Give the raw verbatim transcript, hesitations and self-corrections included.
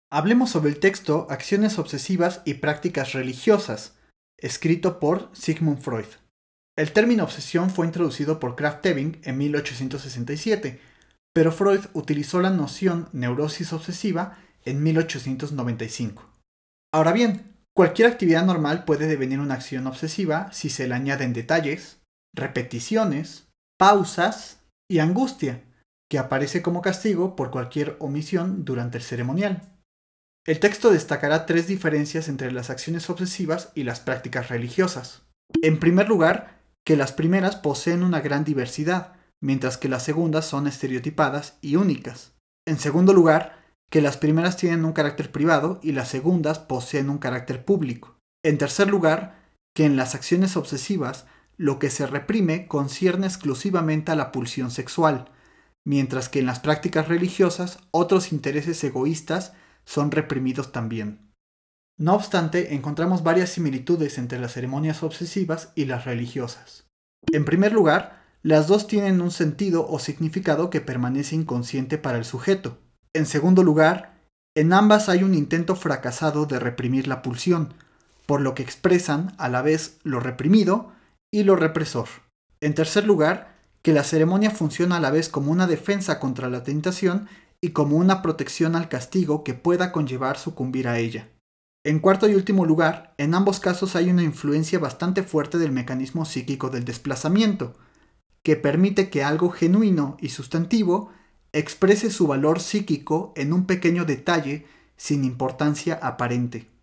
Hablemos sobre el texto Acciones obsesivas y prácticas religiosas, escrito por Sigmund Freud. El término obsesión fue introducido por Krafft-Ebing en mil ochocientos sesenta y siete, pero Freud utilizó la noción neurosis obsesiva en mil ochocientos noventa y cinco. Ahora bien, cualquier actividad normal puede devenir una acción obsesiva si se le añaden detalles, repeticiones, pausas y angustia, que aparece como castigo por cualquier omisión durante el ceremonial. El texto destacará tres diferencias entre las acciones obsesivas y las prácticas religiosas. En primer lugar, que las primeras poseen una gran diversidad, mientras que las segundas son estereotipadas y únicas. En segundo lugar, que las primeras tienen un carácter privado y las segundas poseen un carácter público. En tercer lugar, que en las acciones obsesivas lo que se reprime concierne exclusivamente a la pulsión sexual, mientras que en las prácticas religiosas otros intereses egoístas son reprimidos también. No obstante, encontramos varias similitudes entre las ceremonias obsesivas y las religiosas. En primer lugar, las dos tienen un sentido o significado que permanece inconsciente para el sujeto. En segundo lugar, en ambas hay un intento fracasado de reprimir la pulsión, por lo que expresan a la vez lo reprimido y lo represor. En tercer lugar, que la ceremonia funciona a la vez como una defensa contra la tentación y como una protección al castigo que pueda conllevar sucumbir a ella. En cuarto y último lugar, en ambos casos hay una influencia bastante fuerte del mecanismo psíquico del desplazamiento, que permite que algo genuino y sustantivo exprese su valor psíquico en un pequeño detalle sin importancia aparente.